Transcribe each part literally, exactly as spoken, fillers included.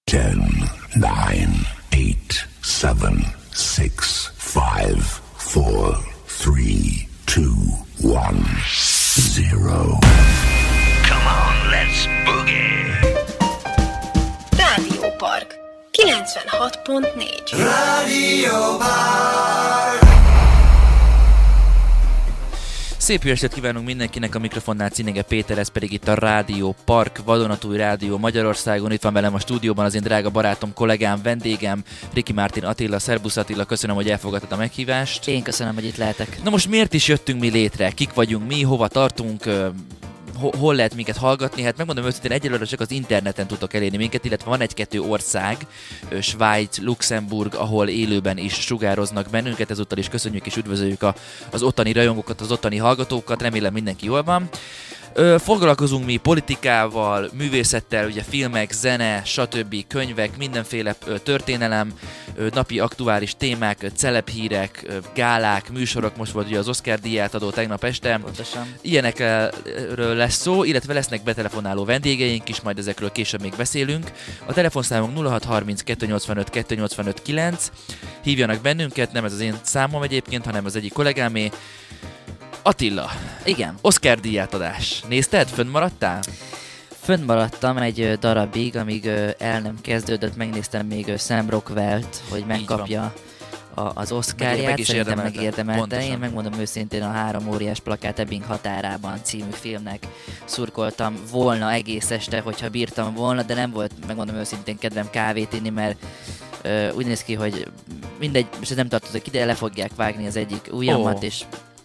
ten, nine, eight, seven, six, five, four, three, two, one, zero. Come on, let's boogie! Rádiópark kilencvenhat pont négy. Rádiópark. Szép jó estét kívánunk mindenkinek, a mikrofonnál Cinege Péter, ez pedig itt a Rádió Park, vadonatúj rádió Magyarországon. Itt van velem a stúdióban az én drága barátom, kollégám, vendégem, Ricky Martin Attila. Szerbusz Attila, köszönöm, hogy elfogadtad a meghívást. Én köszönöm, hogy itt lehetek. Na most miért is jöttünk mi létre? Kik vagyunk mi, hova tartunk? Hol lehet minket hallgatni? Hát megmondom őszintén, egyelőre csak az interneten tudtok elérni minket, illetve van egy-kettő ország, Svájc, Luxemburg, ahol élőben is sugároznak bennünket. Ezúttal is köszönjük és üdvözöljük a, az ottani rajongókat, az ottani hallgatókat, remélem mindenki jól van. Ö, foglalkozunk mi politikával, művészettel, ugye filmek, zene, stb. Könyvek, mindenféle ö, történelem, ö, napi aktuális témák, ö, celebhírek, ö, gálák, műsorok, most volt ugye az Oscar díját adó tegnap este. Pontosan. Ilyenekről lesz szó, illetve lesznek betelefonáló vendégeink is, majd ezekről később még beszélünk. A telefonszámunk nulla hat harminc kettő nyolcvanöt kettő nyolcvanöt kilenc. Hívjanak bennünket, nem ez az én számom egyébként, hanem az egyik kollégámé. Attila. Igen. Oscar díjátadás. Nézted? Fönnmaradtál? Fönnmaradtam egy ö, darabig, amíg ö, el nem kezdődött, megnéztem még ö, Sam Rockwell-t, hogy megkapja a, az Oscarját, meg is szerintem érdemelte. megérdemelte. Pontosan. Én megmondom őszintén, a Három óriás plakát Ebbing határában című filmnek szurkoltam volna egész este, hogyha bírtam volna, de nem volt, megmondom őszintén, kedvem kávét inni, mert ö, úgy néz ki, hogy mindegy, és ez nem tartozik ide, le fogják vágni az egyik ujjamat, Ó. és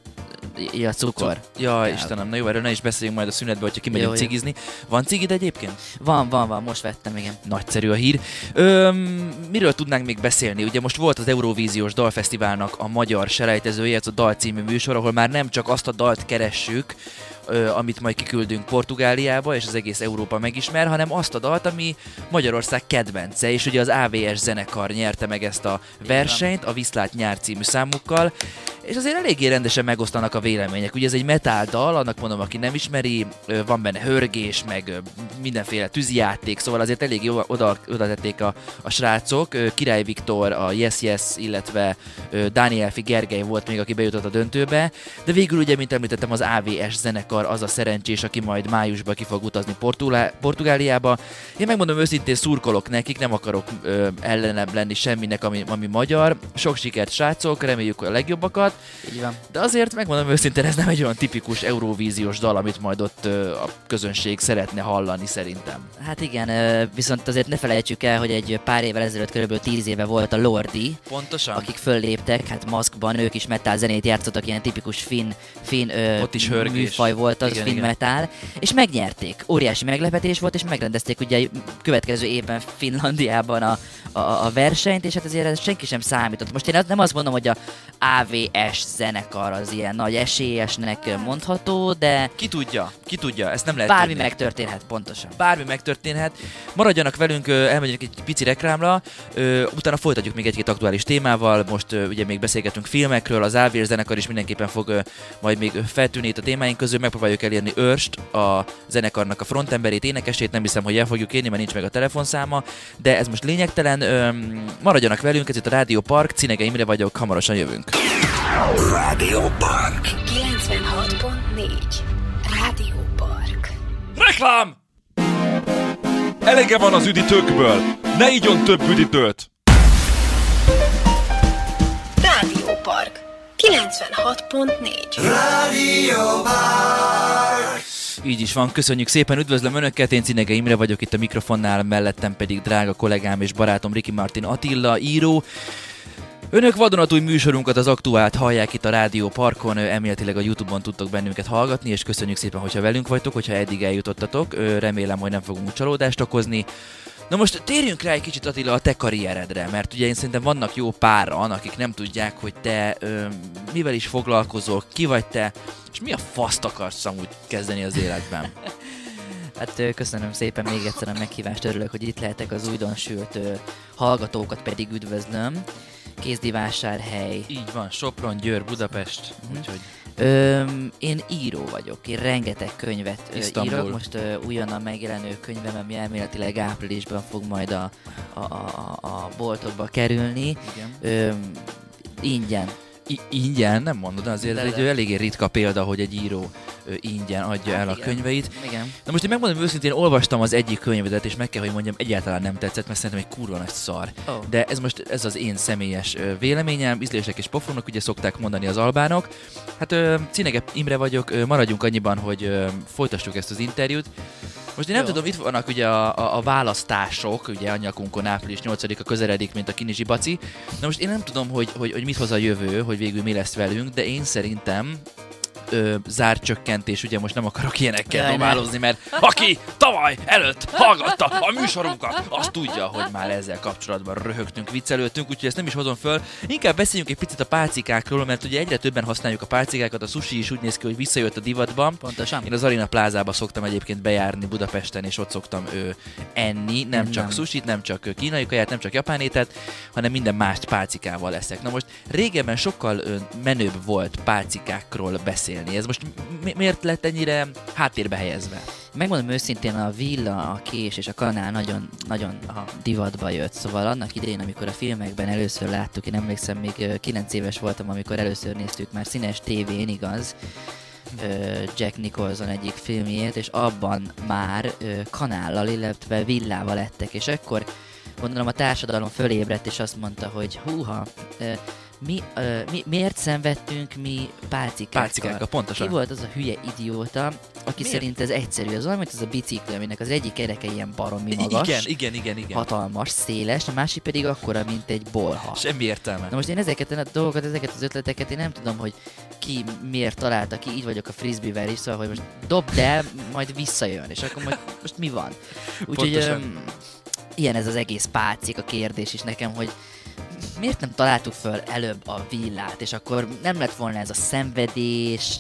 ja, cukor. Ja, Ja. Istenem, na jó, erről ne is beszéljünk majd a szünetbe, hogyha kimegyünk Jó, jó. cigizni. Van cigid egyébként? Van, van, van, most vettem, igen. Nagyszerű a hír. Öm, miről tudnánk még beszélni? Ugye most volt az Eurovíziós Dalfesztiválnak a magyar selejtezője, ez a Dal című műsor, ahol már nem csak azt a dalt keressük, ö, amit majd kiküldünk Portugáliába, és az egész Európa megismer, hanem azt a dalt, ami Magyarország kedvence, és ugye az á vé es zenekar nyerte meg ezt a versenyt, a Viszlát nyár című számukkal, és azért eléggé rendesen megosztanak a vélemények. Ugye ez egy metal dal, annak mondom, aki nem ismeri, ö, van benne hörgés, meg ö, mindenféle tűzijáték, szóval azért eléggé oda, oda tették a, a srácok. Ö, Király Viktor, a Yes Yes, illetve ö, Dánielfi Gergely volt még, aki bejutott a döntőbe, de végül ugye, mint említettem, az á vé es zenekar az a szerencsés, aki majd májusban ki fog utazni Portugá- Portugáliába. Én megmondom őszintén, szurkolok nekik, nem akarok ö, ellenebb lenni semminek, ami, ami magyar. Sok sikert, srácok, reméljük a legjobbakat. Így van. De azért megmondom őszintén, ez nem egy olyan tipikus eurovíziós dal, amit majd ott ö, a közönség szeretne hallani szerintem. Hát igen, ö, viszont azért ne felejtsük el, hogy egy pár évvel ezelőtt, körülbelül tíz éve volt a Lordi, Pontosan. akik fölléptek, hát maszkban, ők is metal zenét játszottak, ilyen tipikus finn, finn ö, Ott is hörgés. műfaj volt az, Igen, finn igen. metal, és megnyerték. Óriási meglepetés volt, és megrendezték ugye következő évben Finlandiában a, a, a versenyt, és hát azért ez senki sem számított. Most én az- nem azt mondom, hogy a á vé es zenekar az ilyen nagy esélyesnek mondható, de Ki tudja, ki tudja, ezt nem lehet bármi tudni. megtörténhet, pontosan. Bármi megtörténhet. Maradjanak velünk, ö, elmegyünk egy pici reklámra, ö, utána folytatjuk még egy-két aktuális témával. Most ö, ugye még beszélgetünk filmekről, az á vé es zenekar is mindenképpen fog ö, majd még feltűnni itt a témáink közül. Megpróbáljuk elérni Őrst, a zenekarnak a frontemberét, énekesét. Nem hiszem, hogy el fogjuk érni, mert nincs meg a telefonszáma, de ez most lényegtelen. Ö, maradjanak velünk, ez itt a Rádió Park, Cinege Imre vagyok, hamarosan jövünk. Rádiópark. kilencvenhat pont négy. Rádiópark. Reklám! Elege van az üdítőkből! Ne igyon több üdítőt! Rádiópark kilencvenhat pont négy. Rádiópark. Így is van, köszönjük szépen, üdvözlöm Önöket, én Cinege Imre vagyok itt a mikrofonnál, mellettem pedig drága kollégám és barátom Ricky Martin Attila, író. Önök vadonatúj műsorunkat, az aktuált hallják itt a Rádió Parkon, elméletileg a YouTube-on tudtok bennünket hallgatni, és köszönjük szépen, hogyha velünk vagytok, hogyha eddig eljutottatok, remélem, hogy nem fogunk csalódást okozni. Na most térjünk rá egy kicsit, Attila, a te karrieredre, mert ugye én szerintem vannak jó páran, akik nem tudják, hogy te ö, mivel is foglalkozol, ki vagy te, és mi a faszt akarsz amúgy kezdeni az életben. Hát ö, köszönöm szépen még egyszer a meghívást, örülök, hogy itt lehetek, az újdonsült ö, hallgatókat pedig üdvözlöm. Kézdivásárhely. Így van, Sopron, Győr, Budapest, úgyhogy... Öm, én író vagyok, én rengeteg könyvet ö, Isztambul. írok, most ö, újonnan megjelenő könyvem, ami elméletileg áprilisban fog majd a, a, a, a boltokba kerülni, Igen. Öm, ingyen. I- ingyen, nem mondod, azért De, ez de. egy eléggé ritka példa, hogy egy író ö, ingyen adja el a igen. könyveit. Igen. Na most én megmondom őszintén, olvastam az egyik könyvedet, és meg kell, hogy mondjam, egyáltalán nem tetszett, mert szerintem egy kurva nagy szar. Oh. De ez most ez az én személyes ö, véleményem, ízlések és pofonok, ugye szokták mondani az albánok. Hát ö, Cinege Imre vagyok, ö, maradjunk annyiban, hogy ö, folytassuk ezt az interjút. Most én nem Jó. tudom, itt vannak ugye a, a, a választások, ugye a nyakunkon április nyolcadika közeledik, mint a Kinizsi Baci. Na most én nem tudom, hogy, hogy, hogy mit hoz a jövő, hogy végül mi lesz velünk, de én szerintem ö, zárcsökkentés, ugye most nem akarok ilyenekkel Jaj, ne. dobálózni, mert aki tavaly előtt hallgatta a műsorunkat, azt tudja, hogy már ezzel kapcsolatban röhögtünk, viccelődtünk, úgyhogy ezt nem is hozom föl. Inkább beszéljünk egy picit a pálcikákról, mert ugye egyre többen használjuk a pálcikákat, a sushi is úgy néz ki, hogy visszajött a divatban. Pontosan. Én az Arena Plázába szoktam egyébként bejárni Budapesten, és ott szoktam ő, enni, nem csak Nem. sushit, nem csak ö, kínai kaját, nem csak japán ételt, hanem minden más pálcikával leszek. Na most régebben sokkal ö, menőbb volt pálcikákról beszélni. Ez most mi- miért lett ennyire háttérbe helyezve? Megmondom őszintén, a villa, a kés és a kanál nagyon, nagyon divatba jött. Szóval annak idején, amikor a filmekben először láttuk, én emlékszem, még kilenc éves voltam, amikor először néztük már színes tévén, igaz, ö, Jack Nicholson egyik filmjét, és abban már ö, kanállal, illetve villával ettek, és ekkor gondolom a társadalom fölébredt, és azt mondta, hogy húha, ö, mi, ö, mi, miért szenvedtünk mi pálcikákkal? Pálcikákkal, pontosan. Ki volt az a hülye idióta, aki Miért? szerint ez egyszerű? Az olyan, mint az a bicikli, aminek az egyik kereke ilyen baromi magas, Igen, igen, igen, igen. hatalmas, széles, a másik pedig akkora, mint egy bolha. Semmi értelme. Na most én ezeket a dolgokat, ezeket az ötleteket én nem tudom, hogy ki miért találta ki, így vagyok a frisbee-vel is, szóval, hogy most dobd el, majd visszajön, és akkor majd, most mi van? Úgyhogy Pontosan. öm, ilyen ez az egész pálcik a kérdés is nekem, hogy miért nem találtuk föl előbb a villát, és akkor nem lett volna ez a szenvedés.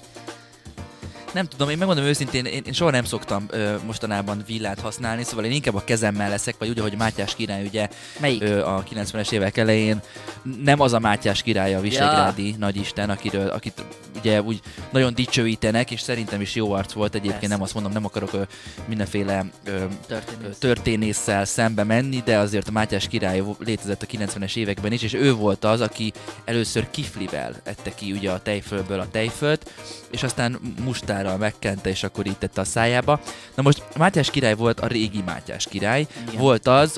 Nem tudom, én megmondom őszintén, én, én soha nem szoktam ö, mostanában villát használni, szóval én inkább a kezemmel leszek, vagy úgy, ahogy Mátyás király ugye Melyik? ö, a kilencvenes évek elején. Nem az a Mátyás király, a visegrádi ja. nagyisten, akiről, akit ugye úgy nagyon dicsőítenek, és szerintem is jó arc volt egyébként, Persze. nem azt mondom, nem akarok ö, mindenféle ö, Történész. történésszel szembe menni, de azért a Mátyás király létezett a kilencvenes években is, és ő volt az, aki először kiflivel ette ki ugye a tejfölből a tejfölt, és aztán mustárral megkente, és akkor így tette a szájába. Na most Mátyás király volt a régi Mátyás király, Igen. volt az,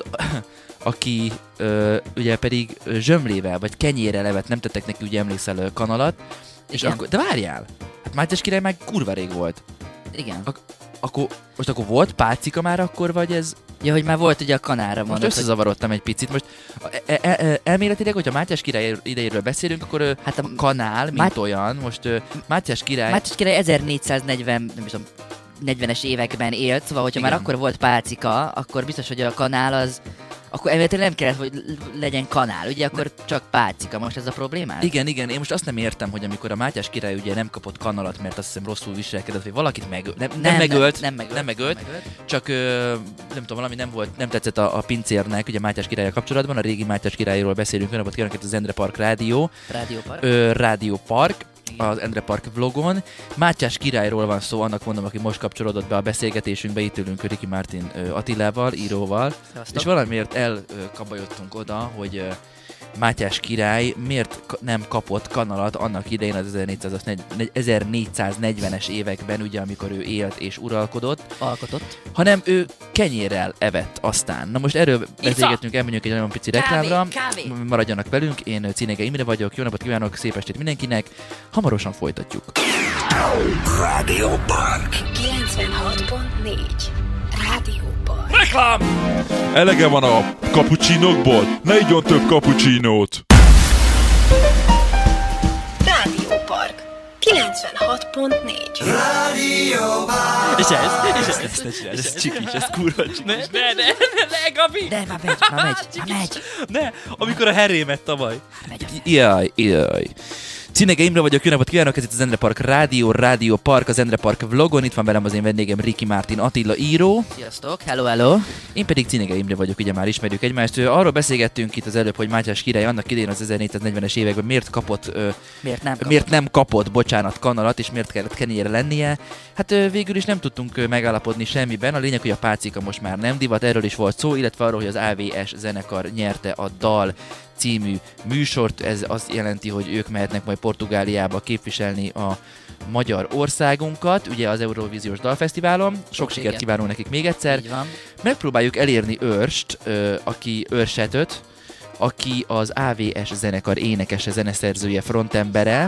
aki ö, ugye pedig ö, zsömlével, vagy kenyérrel evett, nem tettek neki, ugye emlékszel, ö, kanalat, és Igen. akkor, de várjál, hát Mátyás király már kurva rég volt. Igen. Ak- akkor, most akkor volt pálcika már akkor, vagy ez? Ja, hogy már volt ugye a kanára Most mondod, hogy összezavarodtam egy picit. Most e- e- e- elméletileg, hogyha Mátyás király idejéről beszélünk, akkor ö, hát a a kanál, mint Mát- olyan, most ö, Mátyás király... Mátyás király ezernégyszáznegyven, nem is tudom, negyvenes években élt, szóval hogyha Igen. már akkor volt pálcika, akkor biztos, hogy a kanál az, akkor elméletileg nem kellett, hogy l- legyen kanál, ugye akkor csak pálcika, most ez a problémás? Igen, igen, én most azt nem értem, hogy amikor a Mátyás király ugye nem kapott kanalat, mert azt hiszem rosszul viselkedett, vagy valakit meg, nem, nem, nem, megölt, nem, megölt, nem megölt, csak ö, nem tudom, valami nem volt, nem tetszett a, a pincérnek, ugye Mátyás királlyal kapcsolatban, a régi Mátyás királyról beszélünk, jó napot kívánok, itt az Endre Park Rádió, Rádiópark. ö, Rádió Park, az Endre Park vlogon. Mátyás királyról van szó, annak mondom, aki most kapcsolódott be a beszélgetésünkbe, itt ülünk Ricky Martin ö, Attilával, íróval, Szevasztok. és valamiért elkabajottunk oda, hogy ö, Mátyás király miért ka- nem kapott kanalat annak idején az ezernégyszáznegyvenes években, ugye, amikor ő élt és uralkodott, Alkotott. hanem ő kenyérrel evett aztán. Na most erről beszélgetünk, elmegyünk egy nagyon pici reklámra. kávé. Maradjanak velünk, én Cinege Imre vagyok, jó napot kívánok, szép estét mindenkinek, hamarosan folytatjuk. Radio Park. kilencvenhat pont négy. Rádió Park. Reklám! Elege van a kapucsinokból? Ne igyon több kapucsinót! Rádió Park. kilencvenhat pont négy. És ez, és ez, ezt ne csináld, ez csikis, ez kurva csikis. Ne, ne, ne, ne, Gabi! De már megy, már megy, már megy. Ne, amikor a herrémet tavaly. Megy. Jaj, jaj. Cinege Imre vagyok, jó napot kívánok, ez itt az Endre Park Rádió, Rádió Park, az Endre Park vlogon, itt van velem az én vendégem Ricky Martin Attila író. Sziasztok, hello, hello. Én pedig Cinege Imre vagyok, ugye már ismerjük egymást. Arról beszélgettünk itt az előbb, hogy Mátyás király annak idején az ezernégyszáznegyvenes években miért kapott, miért nem kapott, miért nem kapott bocsánat, kanalat, és miért kellett kenyére lennie. Hát végül is nem tudtunk megállapodni semmiben, a lényeg, hogy a pácika most már nem divat, erről is volt szó, illetve arról, hogy az á vé es zenekar nyerte a Dal című műsort, ez azt jelenti, hogy ők mehetnek majd Portugáliába képviselni a magyar országunkat, ugye az Eurovíziós Dalfesztiválon. Sok sikert kívánunk nekik még egyszer. Megpróbáljuk elérni Őrst, aki Őrsetöt, aki az á vé es zenekar énekese, zeneszerzője, frontembere.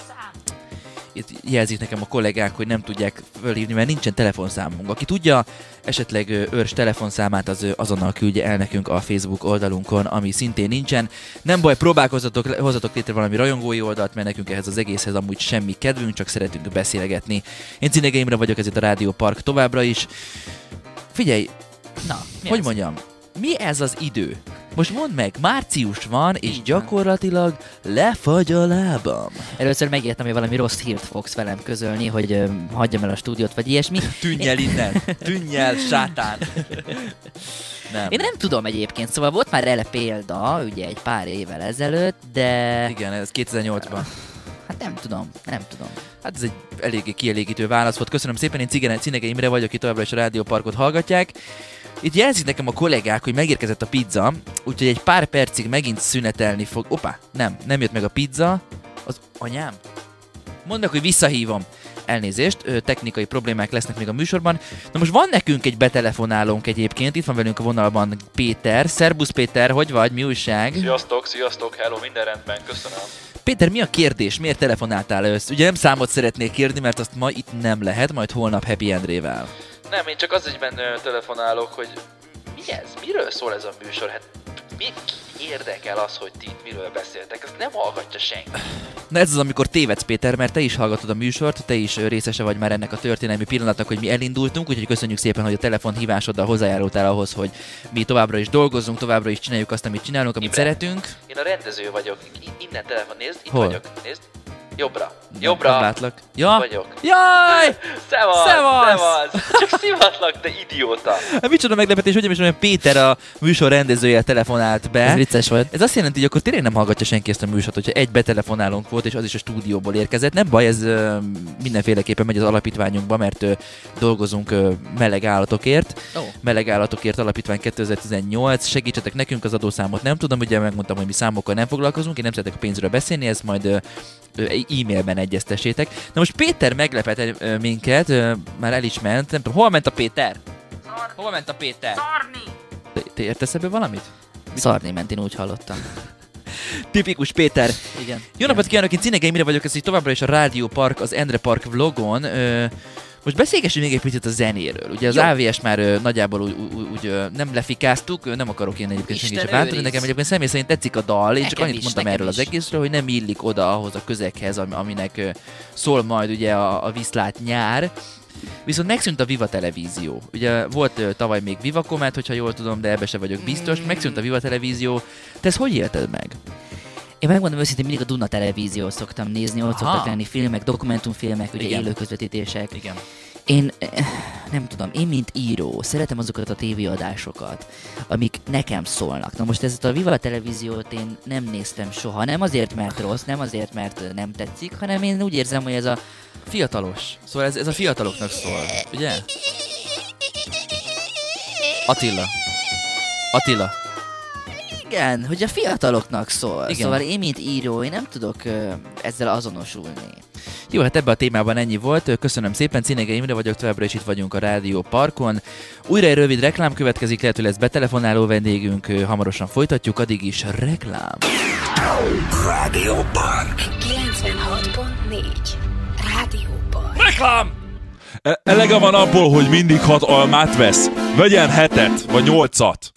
Itt jelzik nekem a kollégák, hogy nem tudják fölhívni, mert nincsen telefonszámunk. Aki tudja esetleg Őrs telefonszámát, az azonnal küldje el nekünk a Facebook oldalunkon, ami szintén nincsen. Nem baj, próbálkozzatok, hozzatok létre valami rajongói oldalt, mert nekünk ehhez az egészhez amúgy semmi kedvünk, csak szeretünk beszélgetni. Én Cinege Imre vagyok, ez itt a Rádió Park továbbra is. Figyelj, na, hogy az? mondjam, mi ez az idő? Most mondd meg, március van, és így gyakorlatilag van. Lefagy a lábam. Először megértem, hogy valami rossz hírt fogsz velem közölni, hogy ö, hagyjam el a stúdiót, vagy ilyesmi. Tűnj el innen! Tűnj el, sátán! Nem. Én nem tudom egyébként, szóval volt már erre példa, ugye egy pár évvel ezelőtt, de... Igen, ez kétezer-nyolcban. Hát nem tudom, nem tudom. Hát ez egy eléggé kielégítő válasz volt. Köszönöm szépen, én Cinege Imre vagyok, aki továbbra is a Rádió Parkot hallgatják. Itt jelzik nekem a kollégák, hogy megérkezett a pizza, úgyhogy egy pár percig megint szünetelni fog. Opa, nem, nem jött meg a pizza. Az anyám. Mondok, hogy visszahívom. Elnézést, technikai problémák lesznek még a műsorban. Na most van nekünk egy betelefonálónk egyébként, itt van velünk a vonalban Péter. Szerbusz Péter, hogy vagy, mi újság? Sziasztok, sziasztok, hello, minden rendben, köszönöm. Péter, mi a kérdés? Miért telefonáltál össz? Ugye nem számot szeretnék kérni, mert azt ma itt nem lehet, majd holnap Happy Endrével. Nem, én csak az egyben telefonálok, hogy mi ez? Miről szól ez a műsor? Hát mi érdekel az, hogy ti miről beszéltek? Ezt nem hallgatja senki. Na ez az, amikor tévedsz, Péter, mert te is hallgatod a műsort, te is részese vagy már ennek a történelmi pillanatnak, hogy mi elindultunk, úgyhogy köszönjük szépen, hogy a telefonhívásoddal hozzájárultál ahhoz, hogy mi továbbra is dolgozzunk, továbbra is csináljuk azt, amit csinálunk, amit Imre, szeretünk. Én a rendező vagyok. Innen telefon, nézd, itt Hol? vagyok, nézd. Jobbra. Jobbra. Nem látlak. Ja. Vagyok. Jaj! Szevasz! Szevasz! Szevasz! Csak szivatlak, de idióta! Hát micsoda meglepetés, hogy is olyan Péter a műsor rendezője telefonált be. Ez vicces volt. Ez azt jelenti, hogy akkor tényleg nem hallgatja senki ezt a műsort, hogyha egy betelefonálónk volt, és az is a stúdióból érkezett. Nem baj, ez ö, mindenféleképpen megy az alapítványunkba, mert ö, dolgozunk ö, meleg állatokért. Oh. Meleg állatokért alapítvány kétezer-tizennyolc. Segítsetek nekünk, az adószámot nem tudom, ugye megmondtam, hogy mi számokkal nem foglalkozunk, én nem szeretek a pénzről beszélni, ezt majd ö, e-mailben egyeztessétek. Na most Péter meglepett minket, már el is ment, nem tudom, hol ment a Péter? Szarni. Hol ment a Péter? Szarni! Te, te értesz ebből valamit? Szarni ment, én úgy hallottam. Tipikus Péter. Igen. Jó napot kívánok, én Cinege Imre vagyok, ez így továbbra is a Rádió Park, az Endre Park vlogon. Ö, most beszélgessünk még egy picit a zenéről. Ugye az Jó. á vé es már ö, nagyjából úgy, úgy, úgy ö, nem lefikáztuk, ö, nem akarok én egyébként senkit sem bántani, nekem egyébként személy szerint tetszik a dal, én csak annyit is, mondtam erről is. Az egészről, hogy nem illik oda ahhoz a közeghez, aminek ö, szól majd ugye a, a viszlát nyár. Viszont megszűnt a Viva Televízió. Ugye volt ö, tavaly még Viva Komet, hogyha jól tudom, de ebbe se vagyok biztos. Megszűnt a Viva Televízió. Te ezt hogy élted meg? Én megmondom őszintén, mindig a Duna Televíziót szoktam nézni, ott szoktak lenni filmek, dokumentumfilmek, ugye élő közvetítések. Igen. Én nem tudom, én mint író szeretem azokat a tévéadásokat, amik nekem szólnak. Na most ezt a Viva Televíziót én nem néztem soha, nem azért, mert rossz, nem azért, mert nem tetszik, hanem én úgy érzem, hogy ez a fiatalos. Szóval ez, ez a fiataloknak szól, ugye? Attila. Attila. Igen, hogy a fiataloknak szól. Igen. Szóval én, mint író, én nem tudok uh, ezzel azonosulni. Jó, hát ebben a témában ennyi volt. Köszönöm szépen, Cinege Imre vagyok, továbbra is itt vagyunk a Rádió Parkon. Újra egy rövid reklám következik, lehet, hogy lesz betelefonáló vendégünk, hamarosan folytatjuk, addig is reklám. Rádió Park kilencvenhat pont négy. Rádió Park. Reklám! E- elege van abból, hogy mindig hat almát vesz. Vegyen hetet, vagy nyolcat.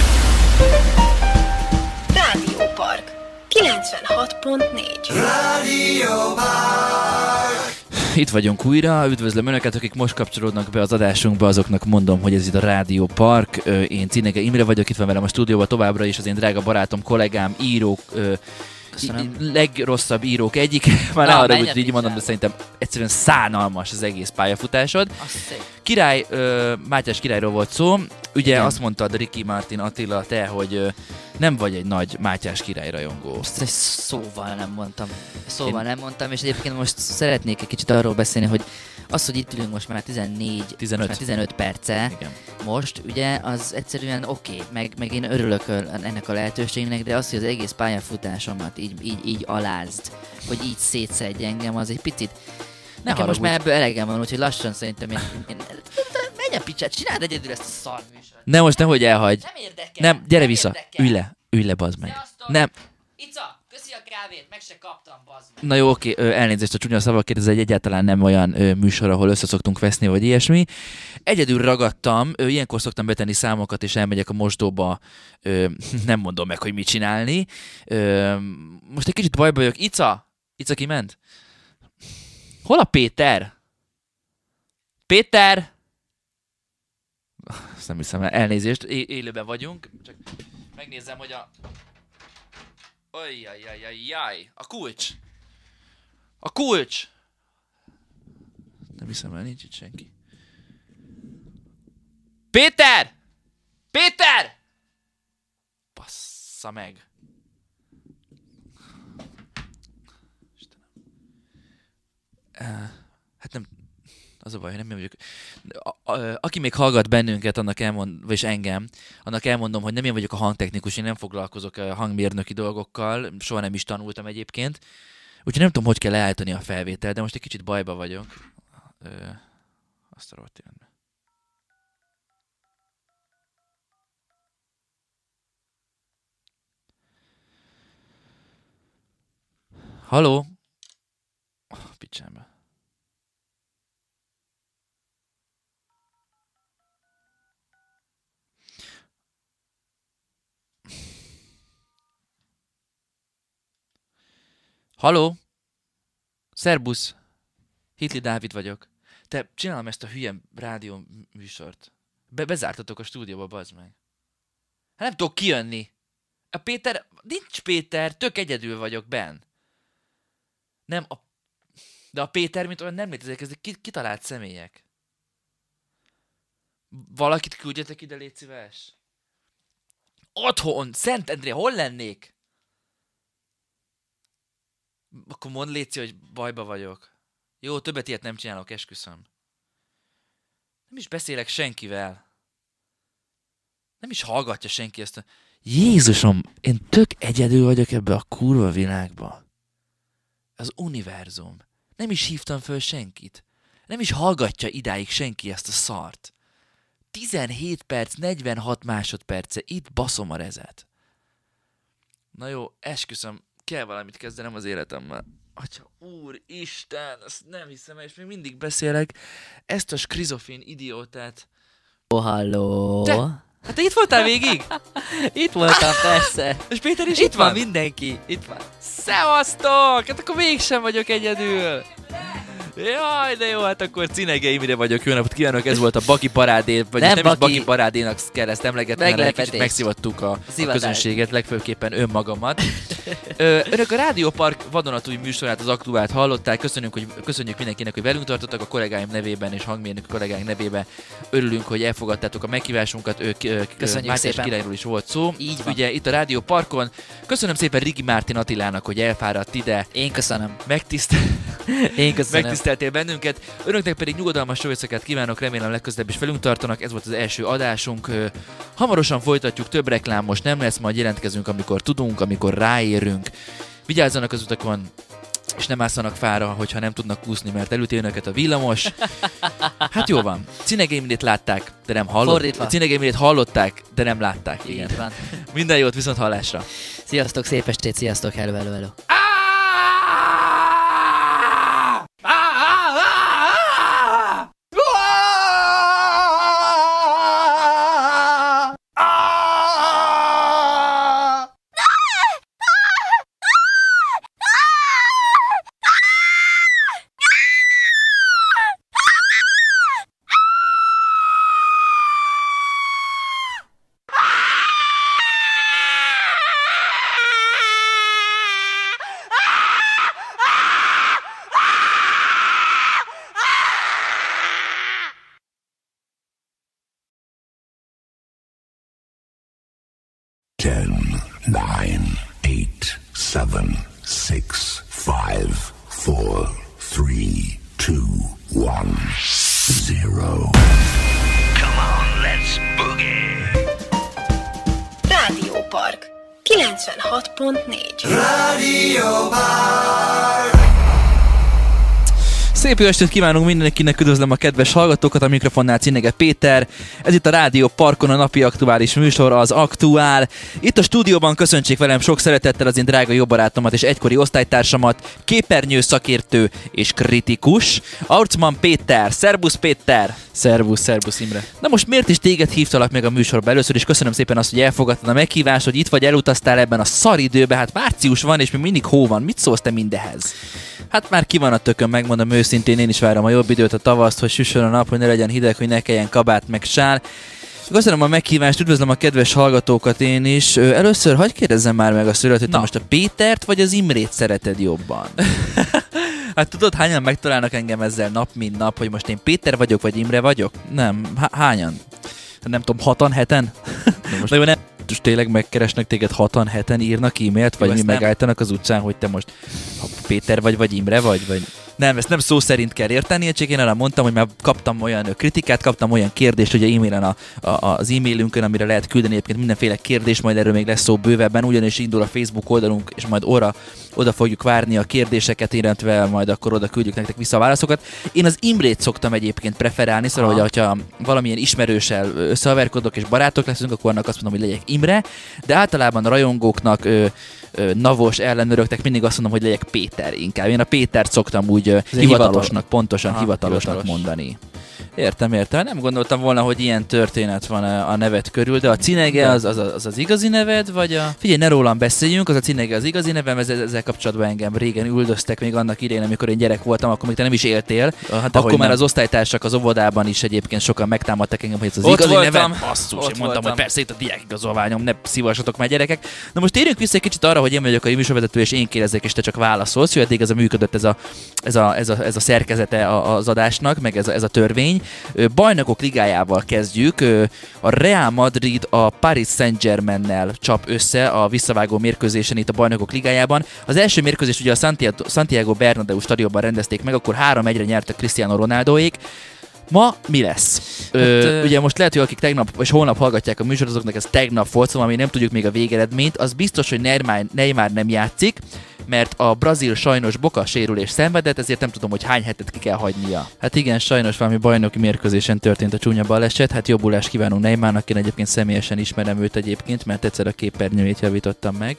Rádió Park kilencvenhat pont négy. Rádió Park. Itt vagyunk újra, üdvözlöm Önöket, akik most kapcsolódnak be az adásunkba, azoknak mondom, hogy ez itt a Rádió Park. Én Cinege Imre vagyok, itt van velem a stúdióban továbbra is az én drága barátom, kollégám, író, Köszönöm. legrosszabb írók egyik. Már ne Na, arra, menj hogy a így mondom, de picsába. szerintem egyszerűen szánalmas az egész pályafutásod. Az szép. Király, ö, Mátyás királyról volt szó. Ugye Igen. azt mondtad, Ricky Martin Attila, te, hogy ö, nem vagy egy nagy Mátyás király rajongó. Ezt egy szóval nem mondtam. Szóval Én... nem mondtam, és egyébként most szeretnék egy kicsit arról beszélni, hogy az, hogy itt ülünk most már tizennégy, tizenöt. Most már tizenöt perce, Igen. most ugye az egyszerűen oké, okay, meg, meg én örülök ennek a lehetőségnek, de az, hogy az egész pályafutásomat így, így, így alázd, hogy így szétszedj engem, az egy picit... Nekem most már ebből elegem van, úgyhogy lassan szerintem én... én menj a picsát, csináld egyedül ezt a szarműsort. Ne most nehogy elhagy. Nem érdekel. Nem, gyere nem vissza. érdekel. Ülj le. Ülj le, bazd meg. Sziasztok! Nem. Ica, köszi a kávét, meg se kaptam, bazd meg. Na jó, oké, ö, elnézést a csúnya szavakért, ez egy egyáltalán nem olyan ö, műsor, ahol összeszoktunk veszni, vagy ilyesmi. Egyedül ragadtam, ö, ilyenkor szoktam betenni számokat, és elmegyek a mosdóba, ö, nem mondom meg, hogy mit csinálni. Ö, most egy kicsit bajba vagyok. Ica? Ica kiment? Hol a Péter? Péter? Azt nem hiszem, elnézést, é- élőben vagyunk. Csak megnézem, hogy a... Ajjajajajaj, a kulcs! A kulcs! Nem hiszem el, nincs itt senki. Péter! Péter! Bassza meg! Istenem. Uh, hát nem... Az a baj, hogy nem én vagyok. A, a, aki még hallgat bennünket, annak elmond, vagyis engem, annak elmondom, hogy nem én vagyok a hangtechnikus, én nem foglalkozok a hangmérnöki dolgokkal, soha nem is tanultam egyébként. Úgyhogy nem tudom, hogy kell leállítani a felvételt, de most egy kicsit bajba vagyok. Ö, azt a rohadt életben. Haló? Oh, picsámba. Haló? Szerbusz. Hitli Dávid vagyok. Te csinálom ezt a hülye rádió műsort. Be- bezártatok a stúdióba, bazd meg. Hát nem tudok kijönni. A Péter... Nincs Péter, tök egyedül vagyok benn. Nem a... De a Péter, mint olyan nem létezik, ezek kitalált személyek. Valakit küldjetek ide, légy szíves. Otthon, Szentendre, hol lennék? Akkor mondd, Léci, hogy bajba vagyok. Jó, többet ilyet nem csinálok, esküszöm. Nem is beszélek senkivel. Nem is hallgatja senki ezt a... Jézusom, én tök egyedül vagyok ebbe a kurva világba. Az univerzum. Nem is hívtam föl senkit. Nem is hallgatja idáig senki ezt a szart. tizenhét perc, negyvenhat másodperce, itt baszom a rezet. Na jó, esküszöm, kell valamit kezdenem az életemmel. Atya, úristen, ezt nem hiszem el, és még mindig beszélek ezt a skrizofén idiótát. Oh, halló. Te, hát te itt voltál végig? Itt voltam, persze. És Péter is Itt, itt van? van mindenki. Itt van. Szevasztok! Hát akkor mégsem vagyok egyedül. Jaj, de jó, hát akkor Cinege Imre vagyok. Jó napot kívánok, ez volt a Baki parádé, vagy nem, nem Baki. is Baki parádénak kell ezt emlegetni, hanem egy kicsit megszívottuk a, a közönséget, legfőképpen önmagamat. Ö, önök a Rádió Park vadonatúj műsorát, az aktuált hallották. Köszönjük, hogy, köszönjük mindenkinek, hogy velünk tartottak, a kollégáim nevében és hangmérnök kollégáim nevében. Örülünk, hogy elfogadtátok a meghívásunkat. Ők, Köszönjük Mátyás szépen. királyról is volt szó. Így van. Ugye itt a Rádió Parkon. Köszönöm szépen Rigi Mártin Attilának, hogy elfáradt ide. Én köszönöm. Megtisztel... Én köszönöm. Megtiszteltél bennünket. Önöknek pedig nyugodalmas jó éjszakát kívánok, remélem legközelebb is velünk tartanak. Ez volt az első adásunk. Ö, Hamarosan folytatjuk, több reklám most nem lesz, majd jelentkezünk, amikor tudunk, amikor ráérünk. Vigyázzanak az utakon, és nem ásszanak fára, hogyha nem tudnak úszni, mert elüti önöket a villamos. Hát jó van. Cinegémilét látták, de nem hallották. Cinegémilét hallották, de nem látták. Igen. Így van. Minden jót, viszont hallásra. Sziasztok, szép estét, sziasztok, hello, hello, hello. ten, nine, eight, seven, six, five, four, three, two, one, zero. Come on, let's boogie. Rádiópark kilencvenhat pont négy. Szép jó estét kívánunk mindenkinek, üdvözlöm a kedves hallgatókat, a mikrofonnál Cinege Péter. Ez itt a Rádió Parkon a napi aktuális műsor, az Aktuál. Itt a stúdióban köszöntsék velem sok szeretettel az én drága jó barátomat és egykori osztálytársamat, képernyő szakértő és kritikus, Arcman Péter. Szerbusz Péter! Szervusz, szervusz Imre. Na most miért is téged hívtalak meg a műsorba először, és köszönöm szépen azt, hogy elfogadtad a meghívást, hogy itt vagy, elutaztál ebben a szaridőben, hát március van és még mindig hó van. Mit szólsz te mindehez? Hát már ki van a tökön, megmondom őszintén, én is várom a jobb időt, a tavaszt, hogy süssön a nap, hogy ne legyen hideg, hogy ne kelljen kabát meg sál. Köszönöm a meghívást, üdvözlöm a kedves hallgatókat én is. Először hagyj kérdezzem már meg a szület, hogy te most a Pétert vagy az Imrét szereted jobban? Hát tudod, hányan megtalálnak engem ezzel nap, mint nap, hogy most én Péter vagyok, vagy Imre vagyok? Nem, Há- hányan? Nem tudom, hatan, heten? De most nem, most tényleg megkeresnek téged hatan, heten, írnak e-mailt, vagy Jó, mi nem. megálltanak az utcán, hogy te most Péter vagy, vagy Imre vagy, vagy... Nem, ezt nem szó szerint kell érteni, csak én arra mondtam, hogy már kaptam olyan kritikát, kaptam olyan kérdést, ugye e-mailen a, a, az e-mailünkön, amire lehet küldeni egyébként mindenféle kérdés, majd erről még lesz szó bővebben, ugyanis indul a Facebook oldalunk, és majd orra, oda fogjuk várni a kérdéseket, illetve majd akkor oda küldjük nektek vissza a válaszokat. Én az Imrét szoktam egyébként preferálni, szóval, hogy hogyha valamilyen ismerőssel összehaverkodok és barátok leszünk, akkor annak azt mondom, hogy legyek Imre, de általában a rajongóknak, ö, ö, navos ellenőröknek mindig azt mondom, hogy legyek Péter inkább. Én a Pétert szoktam úgy ö, hivatalosnak, pontosan Aha, hivatalosnak hivatalos. mondani. Értem, értem. Nem gondoltam volna, hogy ilyen történet van a, a neved körül, de a Cinege az az, az az igazi neved, vagy a... Figyelj, ne rólam beszéljünk, az a Cinege az igazi nevem, ezzel, ezzel kapcsolatban engem régen üldöztek még annak idején, amikor én gyerek voltam, akkor még te nem is éltél. Hát akkor már nem. Az osztálytársak az óvodában is egyébként sokan megtámadtak engem, hogy ez az Ott igazi voltam. nevem. Basszus, én mondtam, voltam. hogy persze itt a diák igazolványom, ne szívassatok már gyerekek. Na most térjünk vissza egy kicsit arra, hogy én vagyok a műsorvezető, és én kérdezek, és te csak válaszolsz. Jó, eddig ez a működött, ez a, ez a, ez a, ez a szerkezete az adásnak, meg ez a, ez a törvény. Bajnokok ligájával kezdjük. A Real Madrid a Paris Saint-Germainnel csap össze a visszavágó mérkőzésen itt a Bajnokok ligájában. Az első mérkőzést ugye a Santiago, Santiago Bernabéu stadionban rendezték meg, akkor három egyre nyertek Cristiano Ronaldoék. Ma mi lesz? Hát, Ö, ugye most lehet, hogy akik tegnap és holnap hallgatják a műsor, azoknak ez tegnap volt, szóval mi nem tudjuk még a végeredményt. Az biztos, hogy Neymar, Neymar nem játszik, mert a brazil sajnos boka sérülés szenvedett, ezért nem tudom, hogy hány hetet ki kell hagynia. Hát igen, sajnos valami bajnoki mérkőzésen történt a csúnya baleset, hát jobbulást kívánunk Neymarnak, én egyébként személyesen ismerem őt egyébként, mert egyszer a képernyőjét javítottam meg.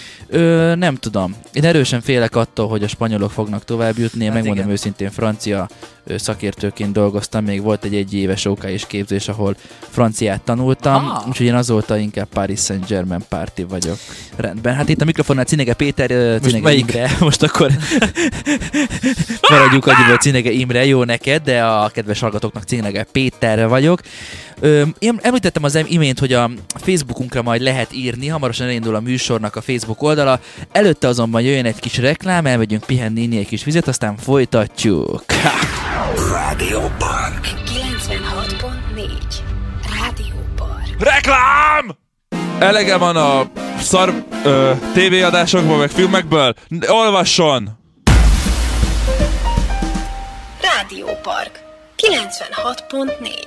Ö, nem tudom. Én erősen félek attól, hogy a spanyolok fognak tovább jutni. Én hát megmondom igen. őszintén, francia ö, szakértőként dolgoztam, még volt egy egyéves ó ká és képzés, ahol franciát tanultam, ah. úgyhogy én azóta inkább Paris Saint-Germain párti vagyok. Rendben, hát itt a mikrofonnál Cinege Péter, ö, Cinege most Imre, most akkor maradjuk annyiból Cinege Imre, jó neked, de a kedves hallgatóknak Cinege Péter vagyok. Ö, én említettem az imént, hogy a Facebookunkra majd lehet írni, hamarosan elindul a műsornak a Facebook oldala, előtte azonban jöjjön egy kis reklám, elmegyünk pihenni, inni egy kis vizet, aztán folytatjuk. Radio Park. kilencvenhat pont négy. Rádiópark. Reklám! Elege van a szar ö, tévéadásokból, meg filmekből. Olvasson! Rádiópark kilencvenhat pont négy.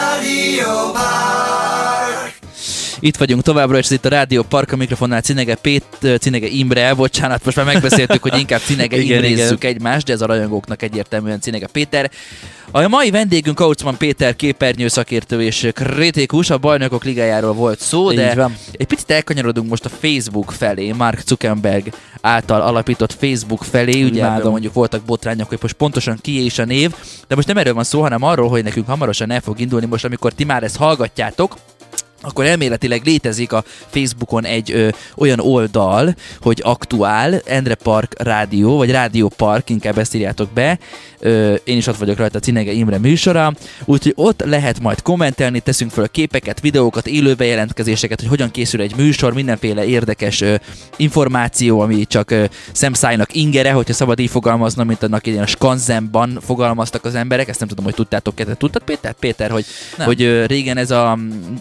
Itt vagyunk továbbra, és itt a Rádió Park, a mikrofonnál Cinege Pét, Cinege Imre, bocsánat, most már megbeszéltük, hogy inkább Cinege Imrézzük egymást, de ez a rajongóknak egyértelműen Cinege Péter. A mai vendégünk Arcman Péter, képernyő szakértő és kritikus, a Bajnokok ligájáról volt szó, de egy picit elkanyarodunk most a Facebook felé, Mark Zuckerberg által alapított Facebook felé, ugye ebben mondjuk voltak botrányok, hogy most pontosan ki és a név, de most nem erről van szó, hanem arról, hogy nekünk hamarosan el fog indulni most, amikor ti már ezt hallgatjátok, akkor elméletileg létezik a Facebookon egy ö, olyan oldal, hogy Aktuál, Endre Park Rádió, vagy Rádió Park, inkább ezt írjátok be. Ö, én is ott vagyok rajta, a Cinege Imre műsora, úgyhogy ott lehet majd kommentelni, teszünk fel képeket, videókat, élő bejelentkezéseket, hogy hogyan készül egy műsor, mindenféle érdekes ö, információ, ami csak ö, szemszájnak ingere, hogyha szabad így fogalmaznom, mint annak idején a Skanzenban fogalmaztak az emberek, ezt nem tudom, hogy tudtátok, te tudtad Péter? Péter, hogy, hogy ö, régen ez a, ami szem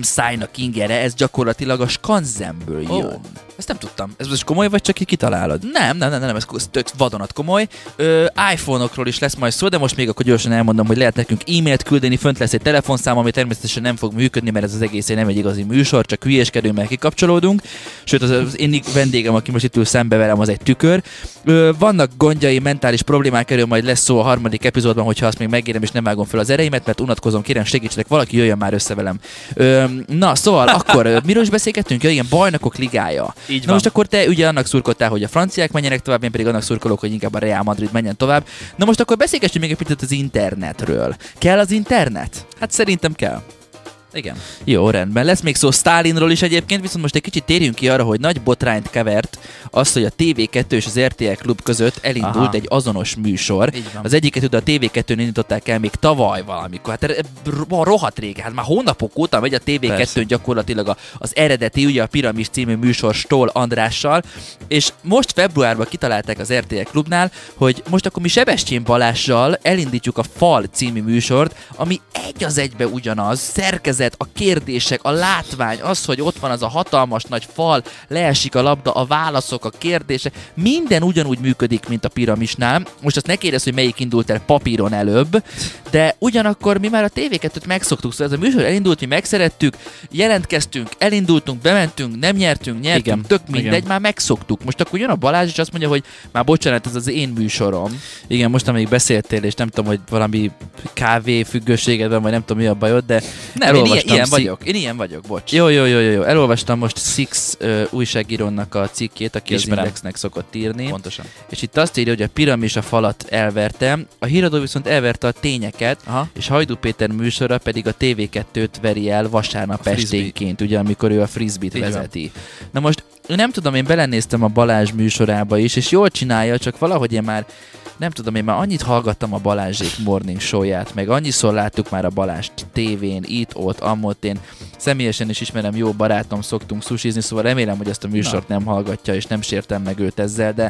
szállnak ingere, ez gyakorlatilag a skanzenből jön. Oh. Ezt nem tudtam. Ez most komoly, vagy csak így kitalálod? Nem, nem, nem, nem, ez tök vadonat komoly. Ö, iPhone-okról is lesz majd szó, de most még akkor gyorsan elmondom, hogy lehet nekünk e-mailt küldeni, fönt lesz egy telefonszám, ami természetesen nem fog működni, mert ez az egész nem egy igazi műsor, csak hülyéskedünk, mert kikapcsolódunk. Sőt, az, az én vendégem, aki most itt ül szembe velem, az egy tükör. Ö, vannak gondjai, mentális problémák, erről majd lesz szó a harmadik epizódban, hogyha azt még megérem és nem vágom fel az ereimet, mert unatkozom, kérem segítsenek, valaki jöjjön már össze velem. Ö, na, szóval akkor miről is beszélgettünk? Ja, igen, Bajnokok Ligája. Így Na van. most akkor te ugye annak szurkoltál, hogy a franciák menjenek tovább, én pedig annak szurkolok, hogy inkább a Real Madrid menjen tovább. Na most akkor beszélgessünk még egy picit az internetről. Kell az internet? Hát szerintem kell. Igen. Jó, rendben. Lesz még szó Stalinról is egyébként, viszont most egy kicsit térjünk ki arra, hogy nagy botrányt kevert az, hogy a té vé kettő és az er té el Klub között elindult Aha. egy azonos műsor. Így van. Az egyiket ugye a té vé kettőn indították el még tavaly valamikor. Hát er- ro- rohadt régen, hát már hónapok óta megy a té vé kettőn gyakorlatilag a, az eredeti, ugye a Piramis című műsor Stoll Andrással, és most februárban kitalálták az er té el Klubnál, hogy most akkor mi Sebestyén Balással elindítjuk a Fal című műsort, ami egy az egybe ugyanaz, szerkezet, a kérdések, a látvány, az, hogy ott van az a hatalmas nagy fal, leesik a labda, a válaszok, a kérdések, minden ugyanúgy működik, mint a Piramisnál. Most azt ne kérdezz, hogy melyik indult el papíron előbb, de ugyanakkor mi már a té vé kettőt megszoktuk, szóval ez a műsor elindult, mi megszerettük, jelentkeztünk, elindultunk, bementünk, nem nyertünk, nyertünk, Igen, tök mindegy, igen. már megszoktuk. Most akkor jön a Balázs, és azt mondja, hogy már bocsánat, ez az én műsorom. Igen, most amíg beszéltél, és nem tudom, hogy valami kávé függőséged van, vagy nem tudom mi a bajod, de Nem, én ilyen, elolvastam ilyen Szi- vagyok, én ilyen vagyok, bocs. Jó, jó, jó, jó, jó. Elolvastam most Six uh, újságírónak a cikkét, aki Ismerem. az Indexnek szokott írni. Pontosan. És itt azt írja, hogy a Piramis a falat elverte, a híradó viszont elverte a tényeket, Aha. és Hajdú Péter műsora pedig a té vé kettőt veri el vasárnap A frisbee. esténként, ugye, amikor ő a frisbee-t Így van. vezeti. Na most, nem tudom, én belenéztem a Balázs műsorába is, és jól csinálja, csak valahogy én már nem tudom, én már annyit hallgattam a Balázsék morning show-ját, meg annyiszor láttuk már a Balást tévén, itt, ott, amott, én személyesen is ismerem, jó barátom, szoktunk sushizni, szóval remélem, hogy ezt a műsort nem hallgatja, és nem sértem meg őt ezzel, de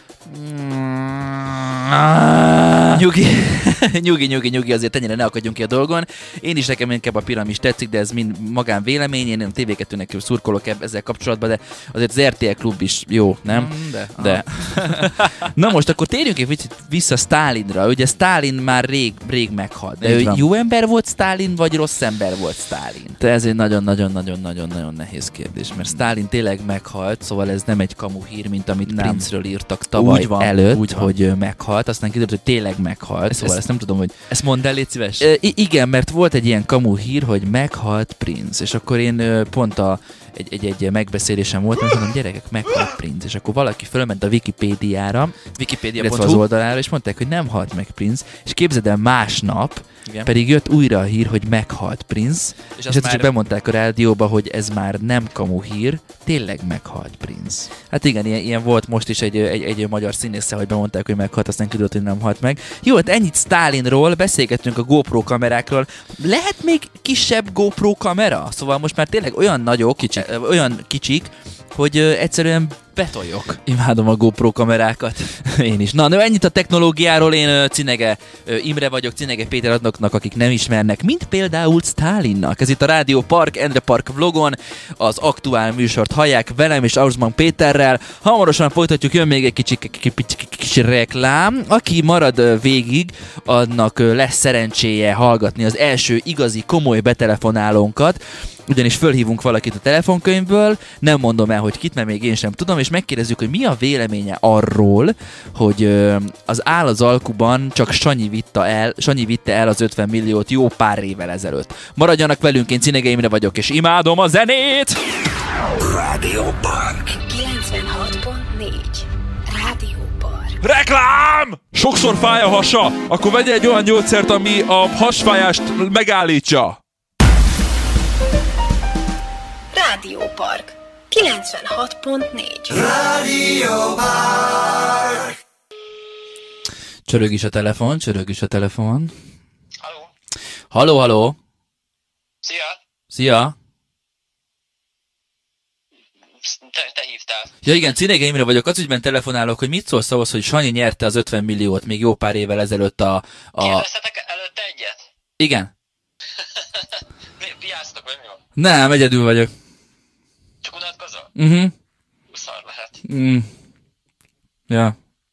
nyugi, nyugi, nyugi, nyugi, azért ennyire ne akadjunk ki a dolgon. Én is nekem inkább a Piramis tetszik, de ez mind magán vélemény, én a té vé kettőnek szurkolok ebb- ezzel kapcsolatban, de azért az er té el Klub is jó, nem? Mm, de. De. Na most akkor térjünk egy picit vissza Stalinra. Ugye Stalin már rég, rég meghalt. De Így ő van. jó ember volt Stalin, vagy rossz ember volt Stalin? De ez egy nagyon-nagyon-nagyon-nagyon-nagyon nehéz kérdés, mert Stalin tényleg meghalt, szóval ez nem egy kamu hír, mint amit Nem. Prince-ről írtak tavaly Úgy van, előtt, úgy van. hogy ő meghalt, aztán kiderült, hogy tényleg meghalt, Ez- szóval ez- ezt nem tudom, hogy Ezt mondd el, légy szíves. Ö, i- igen, mert volt egy ilyen kamu hír, hogy meghalt Prince, és akkor én ö, pont a, egy, egy, egy megbeszélésem volt, és mondom, gyerekek, meghalt Prince, és akkor valaki fölment a Wikipédiára, Wikipedia illetve pont az hu. oldalára, és mondták, hogy nem halt meg Prince, és képzeld el, másnap Igen. pedig jött újra a hír, hogy meghalt Prince, És és azt ezt már- csak bemondták a rádióba, hogy ez már nem kamu hír, tényleg meghalt Prince. Hát igen, ilyen, ilyen volt most is egy, egy, egy magyar színésszel, hogy bemondták, hogy meghalt, aztán kiderült, hogy nem halt meg. Jó, hát ennyit Stalinról, beszélgettünk a GoPro kamerákról. Lehet még kisebb GoPro kamera? Szóval most már tényleg olyan nagyok, kicsik. olyan kicsik, hogy ö, egyszerűen betoljok. Imádom a GoPro kamerákat. Én is. Na, no, ennyit a technológiáról, én ö, Cinege ö, Imre vagyok, Cinege Péter adnoknak, akik nem ismernek, mint például Stalinnak. Ez itt a Rádió Park, Endre Park vlogon, az aktuál műsort hallják velem és Aursman Péterrel. Hamarosan folytatjuk, jön még egy kicsi, kicsi, kicsi, kicsi reklám. Aki marad ö, végig, annak ö, lesz szerencséje hallgatni az első igazi komoly betelefonálónkat, ugyanis fölhívunk valakit a telefonkönyvből, nem mondom el, hogy kit, mert még én sem tudom, és megkérdezzük, hogy mi a véleménye arról, hogy ö, az áll az alkuban csak Sanyi vitte el, Sanyi vitte el az ötven milliót jó pár évvel ezelőtt. Maradjanak velünk, én Cinege Imre vagyok, és imádom a zenét! Radio Punk. kilencvenhat pont négy. Rádió Park. Reklám! Sokszor fáj a hasa, akkor vegye egy olyan gyógyszert, ami a hasfájást megállítsa. Rádió Park. kilencvenhat pont négy. Csörög is a telefon, csörög is a telefon. Halló? Halló, halló! Szia! Szia! Te, te hívtál. Ja igen, Cinege Imre vagyok, az ügyben telefonálok, hogy mit szólsz ahhoz, hogy Sanyi nyerte az ötven milliót még jó pár évvel ezelőtt a... a... Kérdeztetek előtte egyet? Igen. Mi, piáztok, vagy mi van? Nem, egyedül vagyok. Csak unatkozol? Mhm. Szar lehet. Mm. Ja.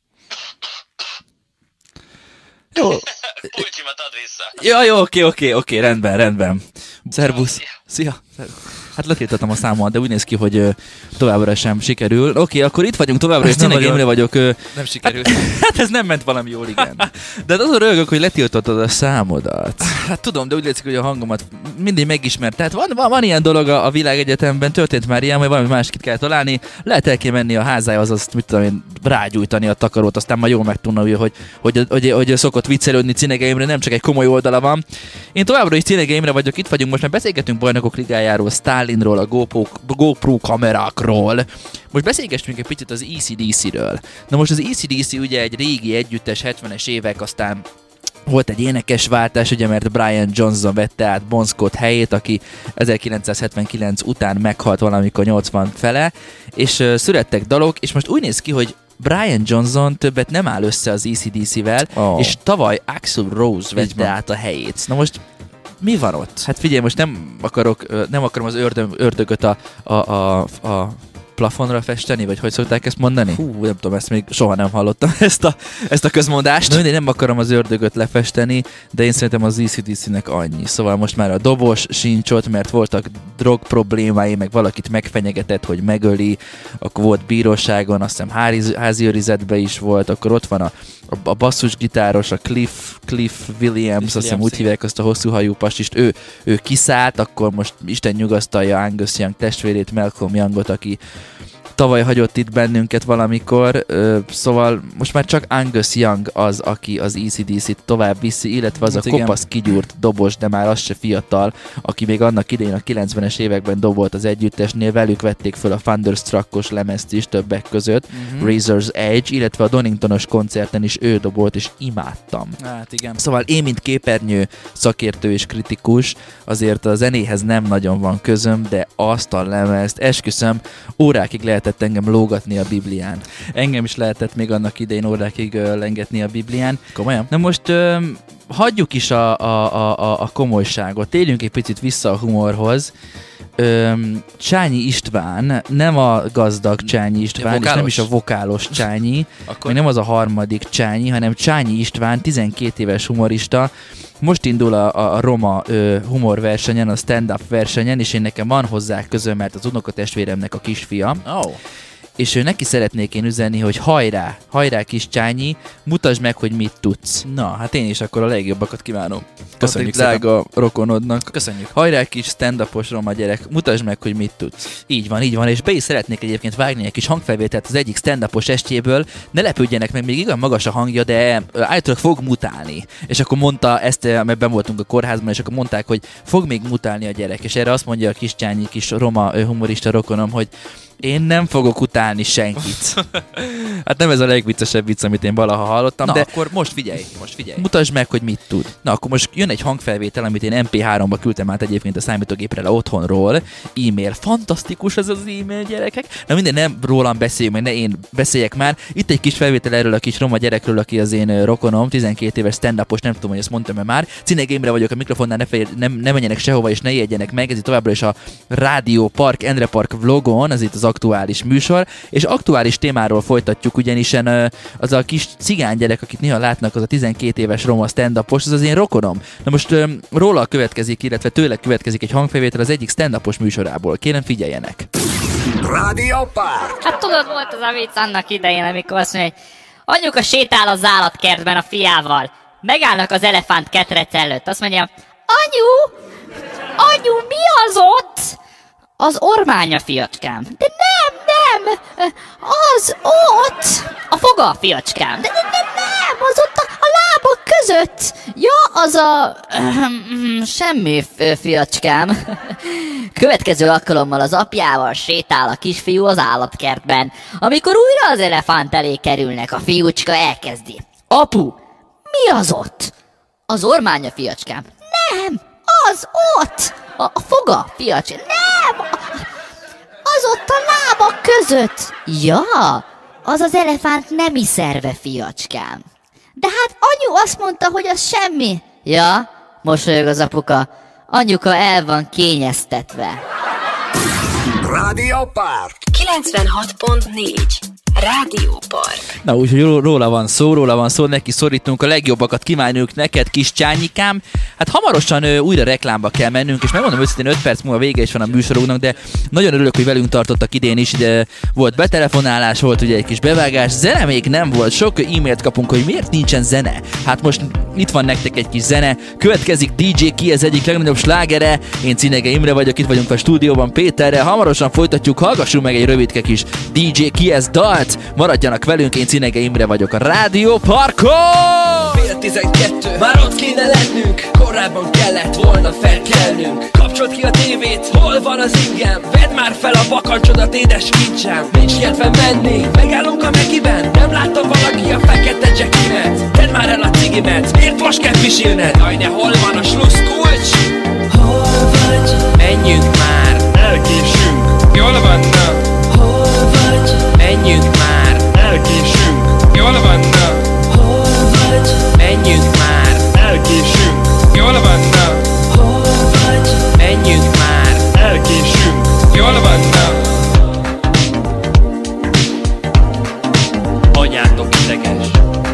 Jó. Ultimat ad vissza. Ja, jó, oké, oké, oké, rendben, rendben. Szervusz. Szia. Hát letiltottam a számomat, de úgy néz ki, hogy ö, továbbra sem sikerül. Oké, akkor itt vagyunk továbbra, és Cinegame-re vagyok. Ö, Nem sikerült. Hát, hát ez nem ment valami jól, igen. De hát azon rögök, hogy letiltottad a számodat. Hát tudom, de úgy látszik, hogy a hangomat mindig megismert. Tehát van, van, van ilyen dolog a, a világegyetemben, történt már ilyen, hogy valami másikit kell találni. Lehet el kell menni a házához, azt mit tudom én, rágyújtani a takarót, aztán már jól megtanulja, hogy, hogy, hogy, hogy, hogy szokott viccelődni Cinegame-re, nem csak egy komoly oldala van. Én továbbra is Cinegame-re vagyok, itt vagyunk, most már beszélgetünk Bajnokok Ligájáról, Stalinról, a GoPro, GoPro kamerákról. Most beszélgessünk egy picit az á cé dé cé-ről. Na most az á cé dé cé ugye egy régi együttes, hetvenes évek, aztán volt egy énekesváltás, ugye, mert Brian Johnson vette át Bon Scott helyét, aki ezerkilencszázhetvenkilenc után meghalt valamikor nyolcvan fele, és uh, születtek dalok, és most úgy néz ki, hogy Brian Johnson többet nem áll össze az á cé dé cé-vel, Oh. és tavaly Axl Rose vette át a helyét. Na most mi van ott? Hát figyelj, most nem akarok, ö, nem akarom az ördög, ördögöt a, a, a, a plafonra festeni, vagy hogy szokták ezt mondani? Hú, nem tudom, ezt még soha nem hallottam, ezt a, ezt a közmondást. De nem akarom az ördögöt lefesteni, de én szerintem az á cé dé cé-nek annyi. Szóval most már a dobos sincs ott, mert voltak drog problémái, meg valakit megfenyegetett, hogy megöli, akkor volt bíróságon, azt hiszem házi, házi őrizetben is volt, akkor ott van a, a, a basszusgitáros, a Cliff, Cliff Williams, azt hiszem úgy hívják azt a hosszú hajú pasist, ő, ő kiszállt, akkor most Isten nyugasztalja Angus Young testvérét, Malcolm Youngot, aki tavaly hagyott itt bennünket valamikor, ö, szóval most már csak Angus Young az, aki az á cé dé cét tovább viszi, illetve az hát a igen. kopasz kigyúrt dobos, de már az se fiatal, aki még annak idején a kilencvenes években dobolt az együttesnél, velük vették föl a Thunderstruck-os lemezt is többek között, mm-hmm. Razor's Edge, illetve a Doningtonos koncerten is ő dobolt, és imádtam. Hát igen. Szóval én, mint képernyő szakértő és kritikus, azért a zenéhez nem nagyon van közöm, de azt a lemezt, esküszöm, órákig lehetett engem lógatni a Biblián. Engem is lehetett még annak idején órákig ö, lengetni a Biblián. Komolyan? Na most ö, hagyjuk is a, a, a, a komolyságot, térjünk egy picit vissza a humorhoz. Ö, Csányi István, nem a gazdag Csányi István, és nem is a vokálos Csányi, Akkor... nem az a harmadik Csányi, hanem Csányi István, tizenkét éves humorista. Most indul a, a Roma ö, humorversenyen, a stand-up versenyen, és én nekem van hozzá közöm, mert az unokatestvéremnek a kisfia. Oh. És ő neki szeretnék én üzenni, hogy hajrá, hajrá kis Csányi, mutasd meg, hogy mit tudsz. Na, hát én is akkor a legjobbakat kívánom. Köszönjük drága rokonodnak. Köszönjük. Hajrá kis stand-upos roma gyerek, mutasd meg, hogy mit tudsz. Így van, így van, és be is szeretnék egyébként vágni egy kis hangfelvételt az egyik stand-upos estjéből. Ne lepődjenek meg, még igen magas a hangja, de állítólag fog mutálni. És akkor mondta ezt, mert benn voltunk a kórházban, és akkor mondták, hogy fog még mutálni a gyerek. És erre azt mondja a kis Csányi, kis roma humorista rokonom, hogy én nem fogok utálni senkit. Hát nem ez a legviccesebb vicc, amit én valaha hallottam, Na, de akkor most figyelj, most figyelj. mutasd meg, hogy mit tud. Na, akkor most jön egy hangfelvétel, amit én em pé háromba küldtem át egyébként a számítógépre le otthonról. E-mail. Fantasztikus ez az e-mail, gyerekek. Na minden, nem rólam beszéljünk, mert ne én beszéljek már. Itt egy kis felvétel erről a kis roma gyerekről, aki az én rokonom, tizenkét éves stand-upos, nem tudom, hogy ezt mondtam-e már. Cinegame-re vagyok a mikrofonnál, ne, fejl, nem, ne menjenek sehova és ne ijedjenek meg. Ez itt továbbra is a Rádió Park, Endre Park vlogon, az itt az aktuális műsor, és aktuális témáról folytatjuk, ugyanis az a kis cigánygyerek, akit néha látnak, az a tizenkét éves roma stand-upos, az az én rokonom. Na most róla következik, illetve tőle következik egy hangfelvétel az egyik stand-upos műsorából. Kérem, figyeljenek! Radio Park. Hát tudod, volt az a vicc annak idején, amikor azt mondja, hogy anyuka sétál az állatkertben a fiával. Megállnak az elefánt ketrec előtt. Azt mondja, anyu, anyu, mi az ott? Az ormánya, fiacskám. De nem, nem, az ott. A foga, fiacskám. De, de, de nem, az ott a, a lábak között. Ja, az a... semmi, fiacskám. Következő alkalommal az apjával sétál a kisfiú az állatkertben. Amikor újra az elefánt elé kerülnek, a fiúcska elkezdi. Apu, mi az ott? Az ormánya, fiacskám. Nem, az ott. A, a foga, fiacskám. Nem, az ott a lábak között. Ja, az az elefánt nemi szerve, fiacskám. De hát anyu azt mondta, hogy az semmi. Ja, mosolyog az apuka. anyuka el van kényeztetve. Rádió Park. kilencvenhat pont négy. Rádió Park. Na úgyhogy róla van szó, róla van szó, neki szorítunk, a legjobbakat kívánjuk neked, kis Csányikám. Hát hamarosan ö, újra reklámba kell mennünk, és megmondom őszintén, öt perc múlva vége is van a műsorunknak, de nagyon örülök, hogy velünk tartottak idén is, de volt betelefonálás, volt ugye egy kis bevágás, zene még nem volt, sok e-mailt kapunk, hogy miért nincsen zene. Hát most itt van nektek egy kis zene, következik dé dzsé Ki, ez egyik legnagyobb slágere, én Cinege Imre vagyok, itt vagyunk a stúdióban Péterrel, hamarosan folytatjuk, hallgassunk meg egy rövidke kis dé dzsé Ki, ez dalt, maradjanak velünk, én Cinege Imre vagyok a Rádió Parkon! Fél tizenkettő, már ott kéne lennünk, korábban kellett volna felkelnünk. Kapcsolt ki a tévét, hol van az ingem? Vedd már fel a bakancsodat, édes kincsem. Nincs kedvem menni, megállunk a Mekiben. Nem látta valaki a fekete jackimet? Tedd már el a cigimet, miért most kell pisilned? Jaj, ne, hol van a slusz kulcs? Hol vagy? Menjünk már, elkésünk. Jól van, na? Hol vagy? Menjünk már, elkésünk. Jól van, na? Hol vagy? Menjünk már, elkésünk. Jól van, na? Hol vagy? Menjünk már, elkésünk. Jól van, na? Anyátok ideges.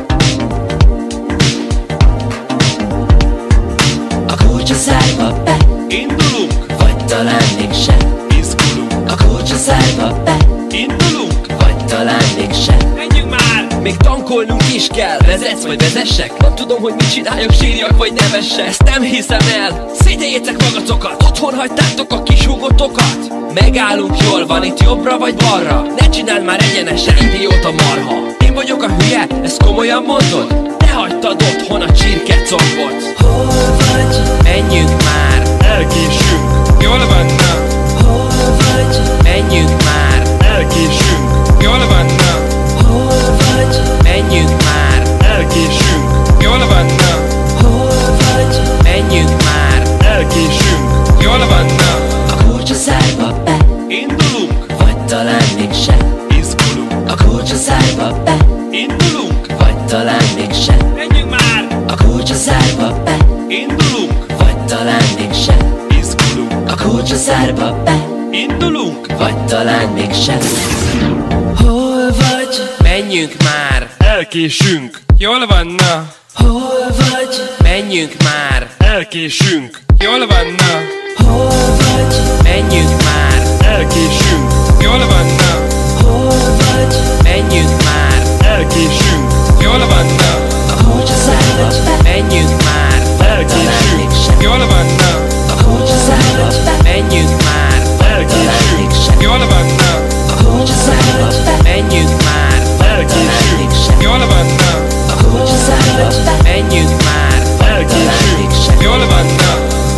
A kulcs a zárba be. Indulunk. Vagy talán mégsem. Izgulunk. A kulcs a zárba be. Indulunk. Vagy talán mégsem. Menjünk már! Még tankolnunk is kell. Vezetsz vagy vezessek? Nem tudom, hogy mit csináljak, sírjak vagy nevessek. Ezt nem hiszem el. Szégyeljétek magatokat. Otthon hagytátok a kis húgotokat. Megállunk, jól van, itt jobbra vagy balra. Ne csináld már egyenesen, idióta marha. Én vagyok a hülye, ezt komolyan mondod? Ne hagytad otthon a csirkecombot. Hol vagy? Menjünk már. Elkésünk. Jól van, na? Hol vagy? Menjünk már. Elkésünk. Jól van, na? Hol vagy? Menjünk már. Elkésünk. Jól van, na? Hol vagy? Menjünk már. Elkésünk. Jól van, na? A kulcs a zárba be. Indulunk. Vagy talán mégsem. Izgulunk. A kulcs a zárba be. Indulunk. Vagy talán mégsem. Menjünk már. A kulcs a zárba be. Indulunk. Vagy talán mégsem. Izgulunk. A kulcs a zárba be. Indulunk. Vagy talán mégsem. Hol vagy? Menjünk már. Elkésünk. Jól van, na? Hol vagy? Menjünk már. Elkésünk. Jól van, na? Hol vagy? Menjünk már. Elkésünk. Jól van, na? Hol vagy? Menjünk már. Elkésünk. Jól van, na? A kulcs a zárba be. Menjünk már. Elkésünk. Jól van, na? A kulcs a zárba be. Menjünk már. Elkésünk. Jól van, na? A kulcs a zárba be. Menjünk már. Elkésünk. Jól van, na? A kulcs a zárba be. Menjünk már. Elkésünk. Jól van, na?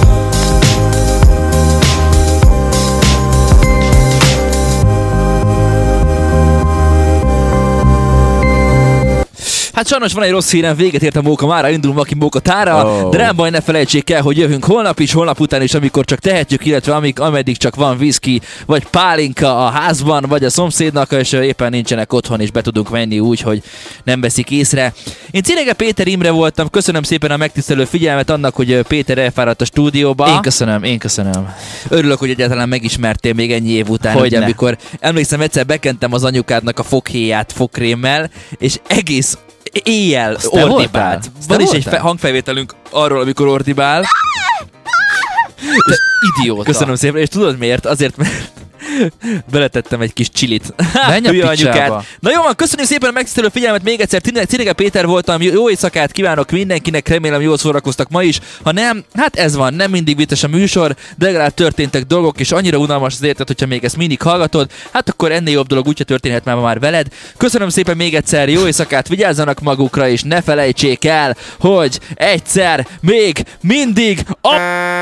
Hát sajnos van egy rossz hírem, véget ért a móka, mára indul Maki Móka tára, oh. De nem baj, ne felejtsék el, hogy jövünk holnap is, holnap után is, amikor csak tehetjük, illetve amik, ameddig csak van whisky, vagy pálinka a házban, vagy a szomszédnak, és éppen nincsenek otthon, és be tudunk menni úgy, hogy nem veszik észre. Én Cinege Péter Imre voltam, köszönöm szépen a megtisztelő figyelmet annak, hogy Péter elfáradt a stúdióba. Én köszönöm, én köszönöm. Örülök, hogy egyáltalán megismertél még ennyi év után, Hogyne. ugye, amikor emlékszem, egyszer bekentem az anyukádnak a foghéját fogkrémmel, és egész éjjel ordibált. Van is egy fe- hangfelvételünk arról, amikor ordibál. Te idióta. Köszönöm szépen, és tudod miért? Azért, mert beletettem egy kis csilit. Menj a picsába. Na jó van, köszönjük szépen a megtisztelő figyelmet még egyszer. Cinege Péter voltam, jó éjszakát kívánok mindenkinek, remélem jól szórakoztak ma is. Ha nem, hát ez van, nem mindig vicces a műsor, de legalább történtek dolgok, és annyira unalmas az életed, hogyha még ezt mindig hallgatod, hát akkor ennél jobb dolog úgyse történhet már, már veled. Köszönöm szépen még egyszer, jó éjszakát, vigyázzanak magukra, és ne felejtsék el, hogy egyszer még mindig a